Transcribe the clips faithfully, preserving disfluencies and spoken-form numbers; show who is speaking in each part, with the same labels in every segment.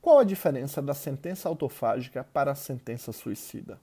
Speaker 1: Qual a diferença da sentença autofágica para a sentença suicida?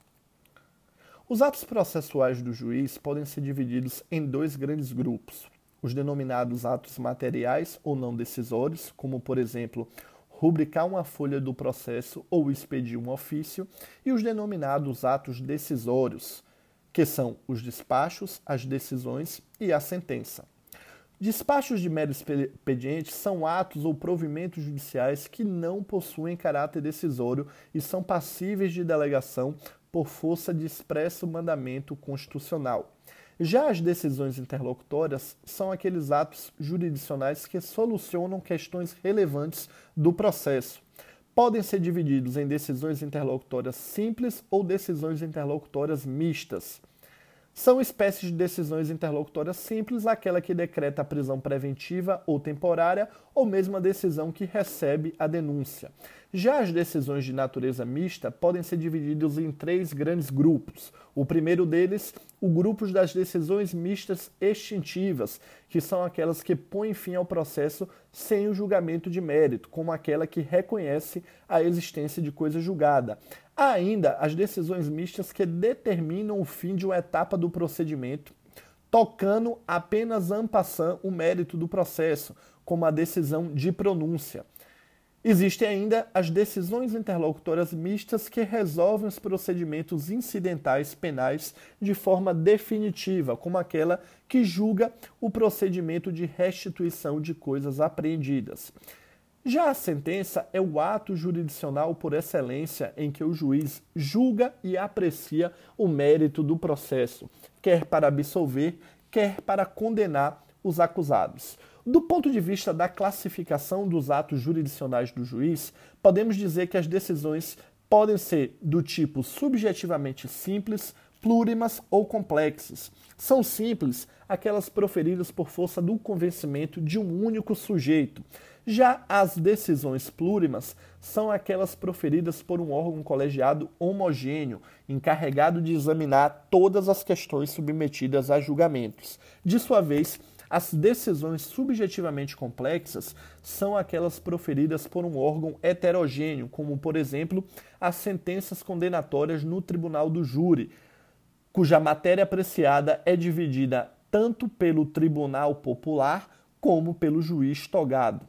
Speaker 1: Os atos processuais do juiz podem ser divididos em dois grandes grupos: os denominados atos materiais ou não decisórios, como, por exemplo, rubricar uma folha do processo ou expedir um ofício, e os denominados atos decisórios, que são os despachos, as decisões e a sentença. Despachos de mero expediente são atos ou provimentos judiciais que não possuem caráter decisório e são passíveis de delegação por força de expresso mandamento constitucional. Já as decisões interlocutórias são aqueles atos jurisdicionais que solucionam questões relevantes do processo. Podem ser divididos em decisões interlocutórias simples ou decisões interlocutórias mistas. São espécies de decisões interlocutórias simples, aquela que decreta a prisão preventiva ou temporária, ou mesmo a decisão que recebe a denúncia. Já as decisões de natureza mista podem ser divididas em três grandes grupos. O primeiro deles, o grupo das decisões mistas extintivas, que são aquelas que põem fim ao processo sem o julgamento de mérito, como aquela que reconhece a existência de coisa julgada. Há ainda as decisões mistas que determinam o fim de uma etapa do procedimento, tocando apenas en passant o mérito do processo, como a decisão de pronúncia. Existem ainda as decisões interlocutórias mistas que resolvem os procedimentos incidentais penais de forma definitiva, como aquela que julga o procedimento de restituição de coisas apreendidas. Já a sentença é o ato jurisdicional por excelência em que o juiz julga e aprecia o mérito do processo, quer para absolver, quer para condenar os acusados. Do ponto de vista da classificação dos atos jurisdicionais do juiz, podemos dizer que as decisões podem ser do tipo subjetivamente simples, plurimas ou complexas. São simples aquelas proferidas por força do convencimento de um único sujeito. Já as decisões plurimas são aquelas proferidas por um órgão colegiado homogêneo, encarregado de examinar todas as questões submetidas a julgamentos. De sua vez, as decisões subjetivamente complexas são aquelas proferidas por um órgão heterogêneo, como, por exemplo, as sentenças condenatórias no tribunal do júri, cuja matéria apreciada é dividida tanto pelo tribunal popular como pelo juiz togado.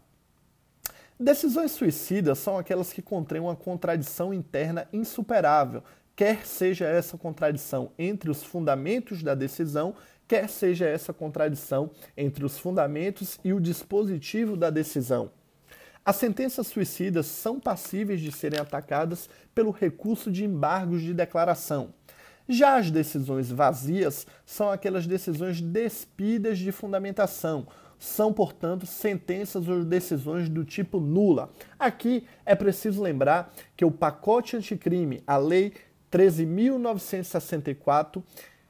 Speaker 1: Decisões suicidas são aquelas que contêm uma contradição interna insuperável, quer seja essa contradição entre os fundamentos da decisão, quer seja essa contradição entre os fundamentos e o dispositivo da decisão. As sentenças suicidas são passíveis de serem atacadas pelo recurso de embargos de declaração. Já as decisões vazias são aquelas decisões despidas de fundamentação. São, portanto, sentenças ou decisões do tipo nula. Aqui é preciso lembrar que o pacote anticrime, a Lei treze mil novecentos e sessenta e quatro,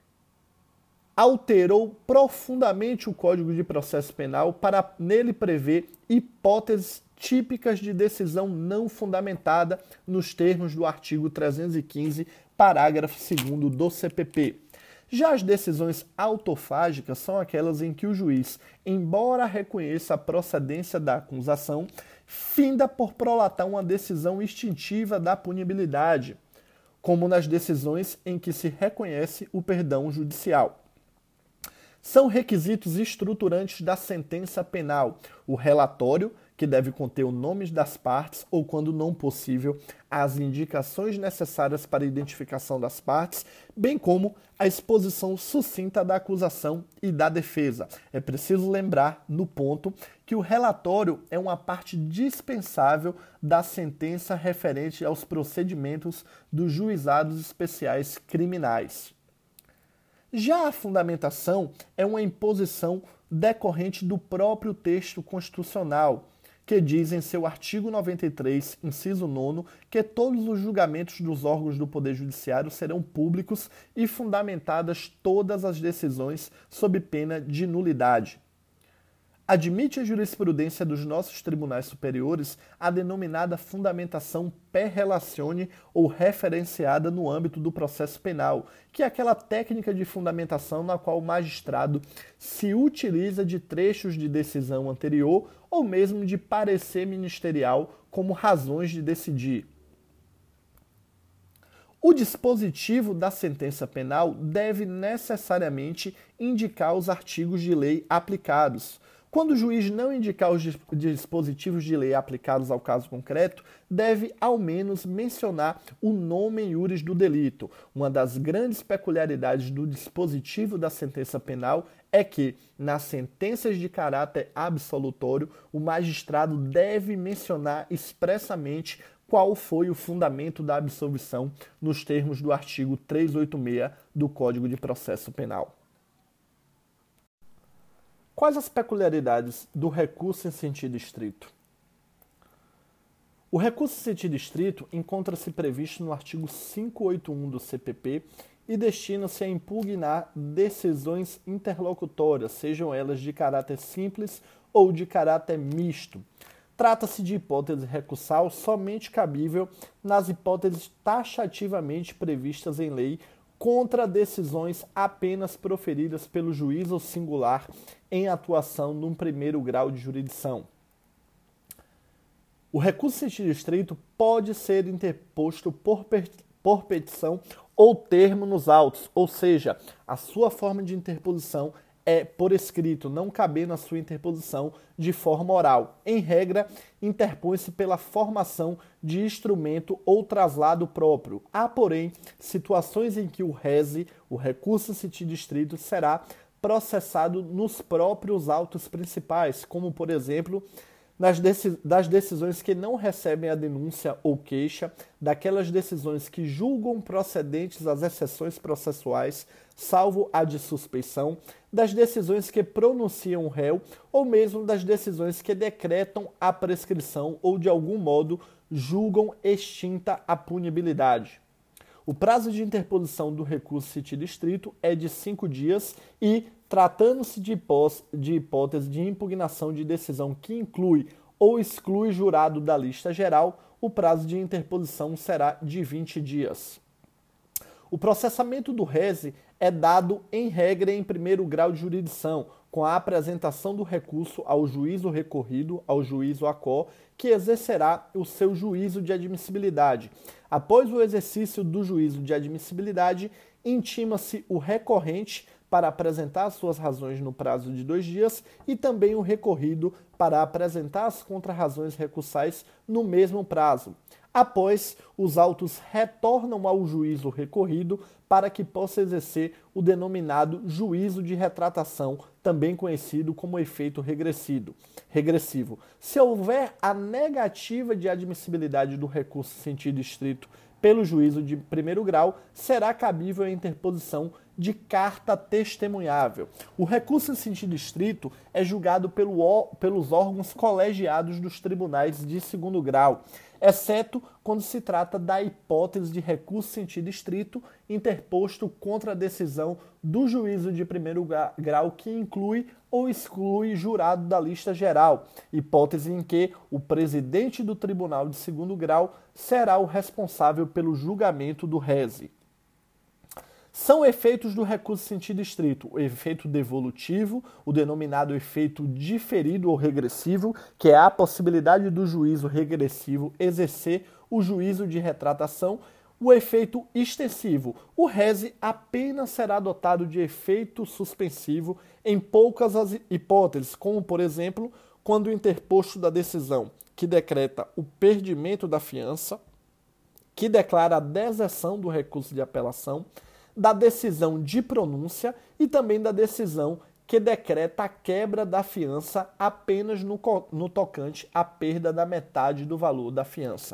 Speaker 1: alterou profundamente o Código de Processo Penal para nele prever hipóteses típicas de decisão não fundamentada nos termos do artigo trezentos e quinze, parágrafo segundo do C P P. Já as decisões autofágicas são aquelas em que o juiz, embora reconheça a procedência da acusação, finda por prolatar uma decisão extintiva da punibilidade, como nas decisões em que se reconhece o perdão judicial. São requisitos estruturantes da sentença penal o relatório, que deve conter os nomes das partes ou, quando não possível, as indicações necessárias para a identificação das partes, bem como a exposição sucinta da acusação e da defesa. É preciso lembrar, no ponto, que o relatório é uma parte dispensável da sentença referente aos procedimentos dos juizados especiais criminais. Já a fundamentação é uma imposição decorrente do próprio texto constitucional, que diz em seu artigo noventa e três, inciso nono, que todos os julgamentos dos órgãos do Poder Judiciário serão públicos e fundamentadas todas as decisões sob pena de nulidade. Admite a jurisprudência dos nossos tribunais superiores a denominada fundamentação per relatione ou referenciada no âmbito do processo penal, que é aquela técnica de fundamentação na qual o magistrado se utiliza de trechos de decisão anterior ou mesmo de parecer ministerial como razões de decidir. O dispositivo da sentença penal deve necessariamente indicar os artigos de lei aplicados. Quando o juiz não indicar os dispositivos de lei aplicados ao caso concreto, deve ao menos mencionar o nome iuris do delito. Uma das grandes peculiaridades do dispositivo da sentença penal é que, nas sentenças de caráter absolutório, o magistrado deve mencionar expressamente qual foi o fundamento da absolvição nos termos do artigo trezentos e oitenta e seis do Código de Processo Penal. Quais as peculiaridades do recurso em sentido estrito? O recurso em sentido estrito encontra-se previsto no artigo quinhentos e oitenta e um do C P P e destina-se a impugnar decisões interlocutórias, sejam elas de caráter simples ou de caráter misto. Trata-se de hipótese recursal somente cabível nas hipóteses taxativamente previstas em lei contra decisões apenas proferidas pelo juízo singular em atuação num primeiro grau de jurisdição. O recurso em sentido estrito pode ser interposto por, por petição ou termo nos autos, ou seja, a sua forma de interposição é por escrito, não cabendo a sua interposição de forma oral. Em regra, interpõe-se pela formação de instrumento ou traslado próprio. Há, porém, situações em que o rese, o recurso em sentido estrito, será processado nos próprios autos principais, como, por exemplo, nas deci- das decisões que não recebem a denúncia ou queixa, daquelas decisões que julgam procedentes as exceções processuais, salvo a de suspeição, das decisões que pronunciam o réu, ou mesmo das decisões que decretam a prescrição ou, de algum modo, julgam extinta a punibilidade. O prazo de interposição do recurso em sentido estrito é de cinco dias e, tratando-se de, hipó- de hipótese de impugnação de decisão que inclui ou exclui jurado da lista geral, o prazo de interposição será de vinte dias. O processamento do rese é dado, em regra, em primeiro grau de jurisdição, com a apresentação do recurso ao juízo recorrido, ao juízo acó, que exercerá o seu juízo de admissibilidade. Após o exercício do juízo de admissibilidade, intima-se o recorrente para apresentar as suas razões no prazo de dois dias e também o recorrido para apresentar as contrarrazões recursais no mesmo prazo. Após, os autos retornam ao juízo recorrido para que possa exercer o denominado juízo de retratação, também conhecido como efeito regressivo. regressivo. Se houver a negativa de admissibilidade do recurso em sentido estrito pelo juízo de primeiro grau, será cabível a interposição de carta testemunhável. O recurso em sentido estrito é julgado pelo, pelos órgãos colegiados dos tribunais de segundo grau, exceto quando se trata da hipótese de recurso em sentido estrito interposto contra a decisão do juízo de primeiro grau que inclui ou exclui jurado da lista geral, hipótese em que o presidente do tribunal de segundo grau será o responsável pelo julgamento do rese. São efeitos do recurso em sentido estrito: o efeito devolutivo, o denominado efeito diferido ou regressivo, que é a possibilidade do juízo regressivo exercer o juízo de retratação, o efeito extensivo. O rese apenas será dotado de efeito suspensivo em poucas as hipóteses, como, por exemplo, quando o interposto da decisão que decreta o perdimento da fiança, que declara a deserção do recurso de apelação, da decisão de pronúncia e também da decisão que decreta a quebra da fiança apenas no, no tocante à perda da metade do valor da fiança.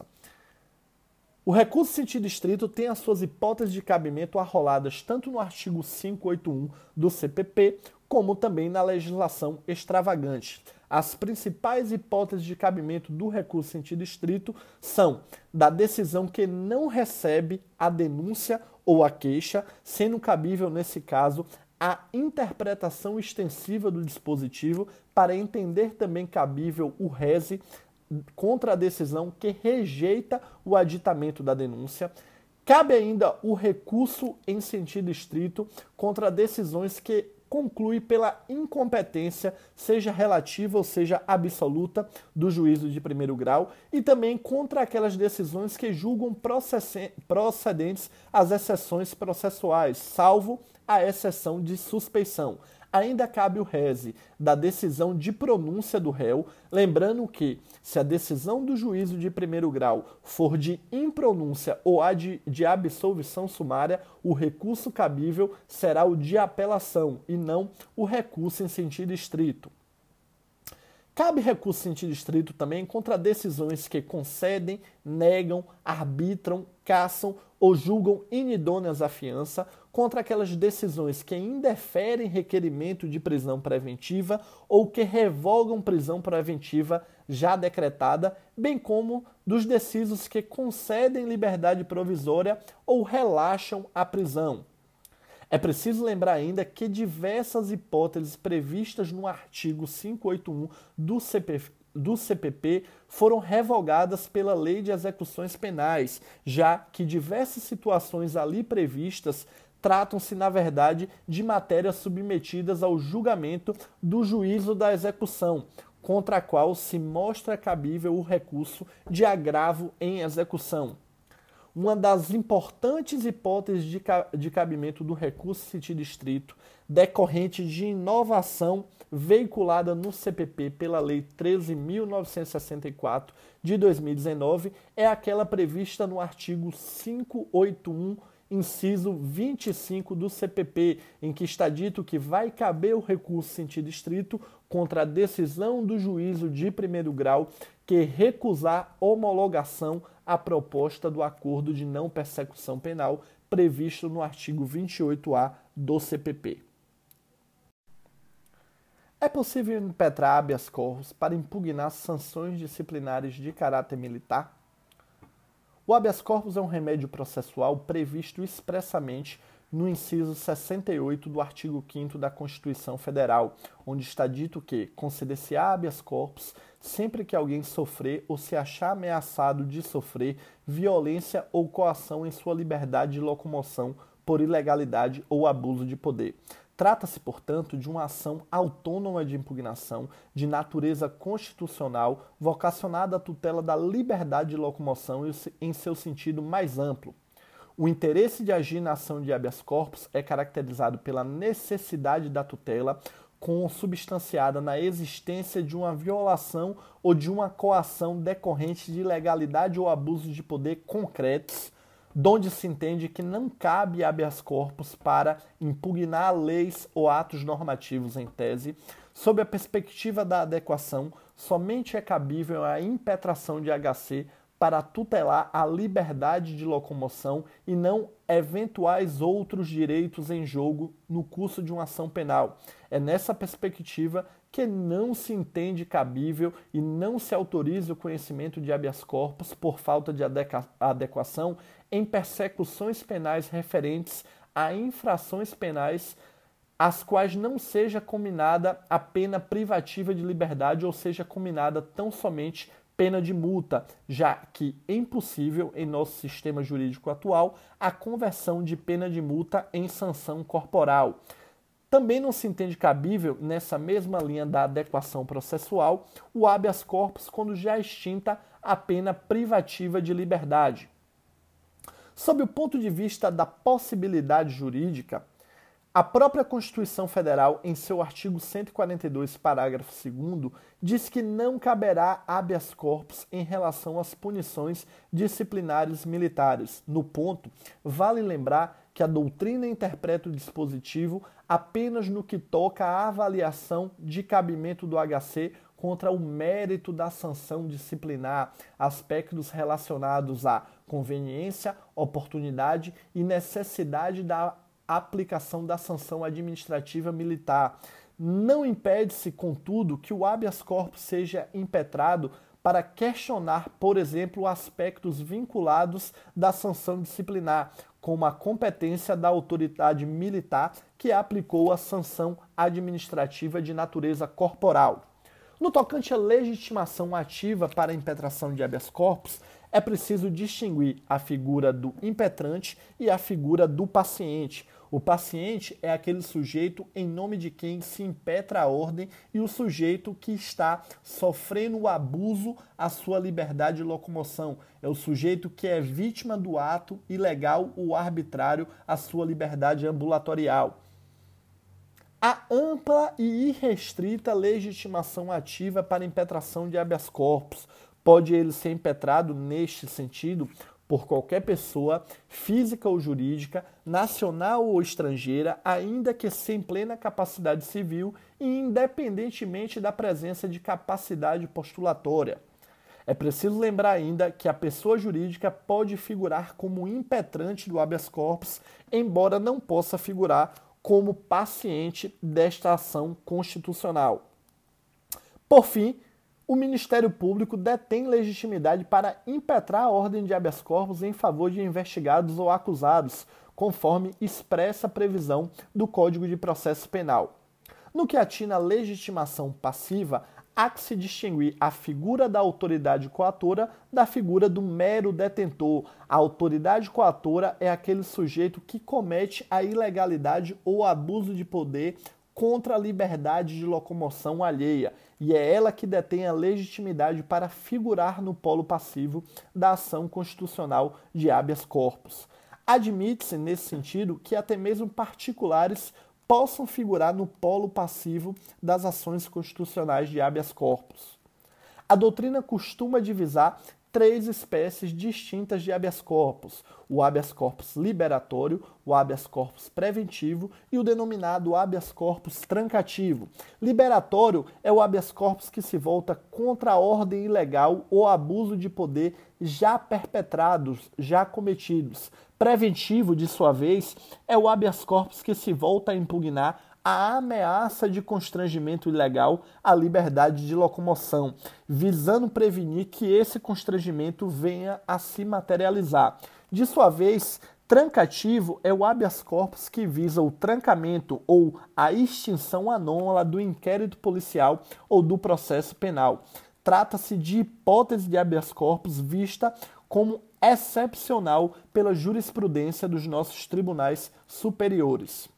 Speaker 1: O recurso em sentido estrito tem as suas hipóteses de cabimento arroladas tanto no artigo quinhentos e oitenta e um do C P P, como também na legislação extravagante. As principais hipóteses de cabimento do recurso em sentido estrito são da decisão que não recebe a denúncia ou a queixa, sendo cabível, nesse caso, a interpretação extensiva do dispositivo para entender também cabível o rese contra a decisão que rejeita o aditamento da denúncia. Cabe ainda o recurso em sentido estrito contra decisões que conclui pela incompetência, seja relativa ou seja absoluta, do juízo de primeiro grau, e também contra aquelas decisões que julgam procedentes as exceções processuais, salvo a exceção de suspeição. Ainda cabe o rese da decisão de pronúncia do réu, lembrando que, se a decisão do juízo de primeiro grau for de impronúncia ou a de, de absolvição sumária, o recurso cabível será o de apelação e não o recurso em sentido estrito. Cabe recurso em sentido estrito também contra decisões que concedem, negam, arbitram, cassam ou julgam inidôneas à fiança, contra aquelas decisões que indeferem requerimento de prisão preventiva ou que revogam prisão preventiva já decretada, bem como dos decisos que concedem liberdade provisória ou relaxam a prisão. É preciso lembrar ainda que diversas hipóteses previstas no artigo quinhentos e oitenta e um do C P F do C P P foram revogadas pela Lei de Execuções Penais, já que diversas situações ali previstas tratam-se, na verdade, de matérias submetidas ao julgamento do juízo da execução, contra a qual se mostra cabível o recurso de agravo em execução. Uma das importantes hipóteses de, de cabimento do recurso em sentido estrito, decorrente de inovação veiculada no C P P pela Lei treze mil novecentos e sessenta e quatro de dois mil e dezenove, é aquela prevista no artigo quinhentos e oitenta e um, inciso vinte e cinco do C P P, em que está dito que vai caber o recurso em sentido estrito contra a decisão do juízo de primeiro grau que recusar homologação à proposta do acordo de não persecução penal previsto no artigo vinte e oito A do C P P. É possível impetrar habeas corpus para impugnar sanções disciplinares de caráter militar? O habeas corpus é um remédio processual previsto expressamente no inciso sessenta e oito do artigo quinto da Constituição Federal, onde está dito que conceder-se habeas corpus sempre que alguém sofrer ou se achar ameaçado de sofrer violência ou coação em sua liberdade de locomoção por ilegalidade ou abuso de poder. Trata-se, portanto, de uma ação autônoma de impugnação de natureza constitucional vocacionada à tutela da liberdade de locomoção em seu sentido mais amplo. O interesse de agir na ação de habeas corpus é caracterizado pela necessidade da tutela, consubstanciada na existência de uma violação ou de uma coação decorrente de ilegalidade ou abuso de poder concretos, donde se entende que não cabe habeas corpus para impugnar leis ou atos normativos em tese. Sob a perspectiva da adequação, somente é cabível a impetração de H C para tutelar a liberdade de locomoção e não eventuais outros direitos em jogo no curso de uma ação penal. É nessa perspectiva que não se entende cabível e não se autoriza o conhecimento de habeas corpus por falta de adequação em persecuções penais referentes a infrações penais às quais não seja combinada a pena privativa de liberdade ou seja combinada tão somente pena de multa, já que é impossível em nosso sistema jurídico atual a conversão de pena de multa em sanção corporal. Também não se entende cabível, nessa mesma linha da adequação processual, o habeas corpus quando já extinta a pena privativa de liberdade. Sob o ponto de vista da possibilidade jurídica, a própria Constituição Federal, em seu artigo cento e quarenta e dois, parágrafo segundo, diz que não caberá habeas corpus em relação às punições disciplinares militares. No ponto, vale lembrar que a doutrina interpreta o dispositivo apenas no que toca à avaliação de cabimento do H C contra o mérito da sanção disciplinar, aspectos relacionados à conveniência, oportunidade e necessidade da aplicação da sanção administrativa militar. Não impede-se, contudo, que o habeas corpus seja impetrado para questionar, por exemplo, aspectos vinculados da sanção disciplinar, como a competência da autoridade militar que aplicou a sanção administrativa de natureza corporal. No tocante à legitimação ativa para a impetração de habeas corpus, é preciso distinguir a figura do impetrante e a figura do paciente. O paciente é aquele sujeito em nome de quem se impetra a ordem e o sujeito que está sofrendo o abuso à sua liberdade de locomoção. É o sujeito que é vítima do ato ilegal ou arbitrário à sua liberdade ambulatorial. A ampla e irrestrita legitimação ativa para impetração de habeas corpus. Pode ele ser impetrado, neste sentido, por qualquer pessoa, física ou jurídica, nacional ou estrangeira, ainda que sem plena capacidade civil e independentemente da presença de capacidade postulatória. É preciso lembrar ainda que a pessoa jurídica pode figurar como impetrante do habeas corpus, embora não possa figurar como paciente desta ação constitucional. Por fim, o Ministério Público detém legitimidade para impetrar a ordem de habeas corpus em favor de investigados ou acusados, conforme expressa a previsão do Código de Processo Penal. No que atina à legitimação passiva, há que se distinguir a figura da autoridade coatora da figura do mero detentor. A autoridade coatora é aquele sujeito que comete a ilegalidade ou abuso de poder contra a liberdade de locomoção alheia, e é ela que detém a legitimidade para figurar no polo passivo da ação constitucional de habeas corpus. Admite-se, nesse sentido, que até mesmo particulares possam figurar no polo passivo das ações constitucionais de habeas corpus. A doutrina costuma divisar três espécies distintas de habeas corpus: o habeas corpus liberatório, o habeas corpus preventivo e o denominado habeas corpus trancativo. Liberatório é o habeas corpus que se volta contra a ordem ilegal ou abuso de poder já perpetrados, já cometidos. Preventivo, de sua vez, é o habeas corpus que se volta a impugnar a ameaça de constrangimento ilegal à liberdade de locomoção, visando prevenir que esse constrangimento venha a se materializar. De sua vez, trancativo é o habeas corpus que visa o trancamento ou a extinção anômala do inquérito policial ou do processo penal. Trata-se de hipótese de habeas corpus vista como excepcional pela jurisprudência dos nossos tribunais superiores.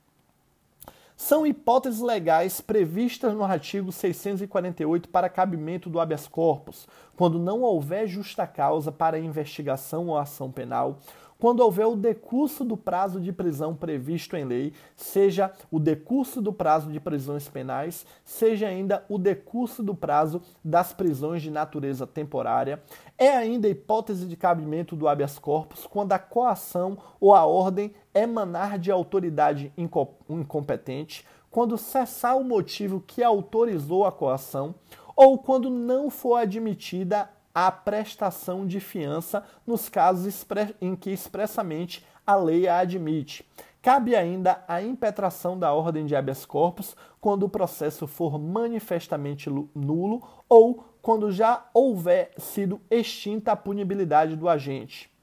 Speaker 1: São hipóteses legais previstas no artigo seiscentos e quarenta e oito para cabimento do habeas corpus, quando não houver justa causa para investigação ou ação penal, quando houver o decurso do prazo de prisão previsto em lei, seja o decurso do prazo de prisões penais, seja ainda o decurso do prazo das prisões de natureza temporária. É ainda hipótese de cabimento do habeas corpus quando a coação ou a ordem emanar de autoridade incompetente, quando cessar o motivo que autorizou a coação ou quando não for admitida a prestação de fiança nos casos em que expressamente a lei a admite. Cabe ainda a impetração da ordem de habeas corpus quando o processo for manifestamente nulo ou quando já houver sido extinta a punibilidade do agente.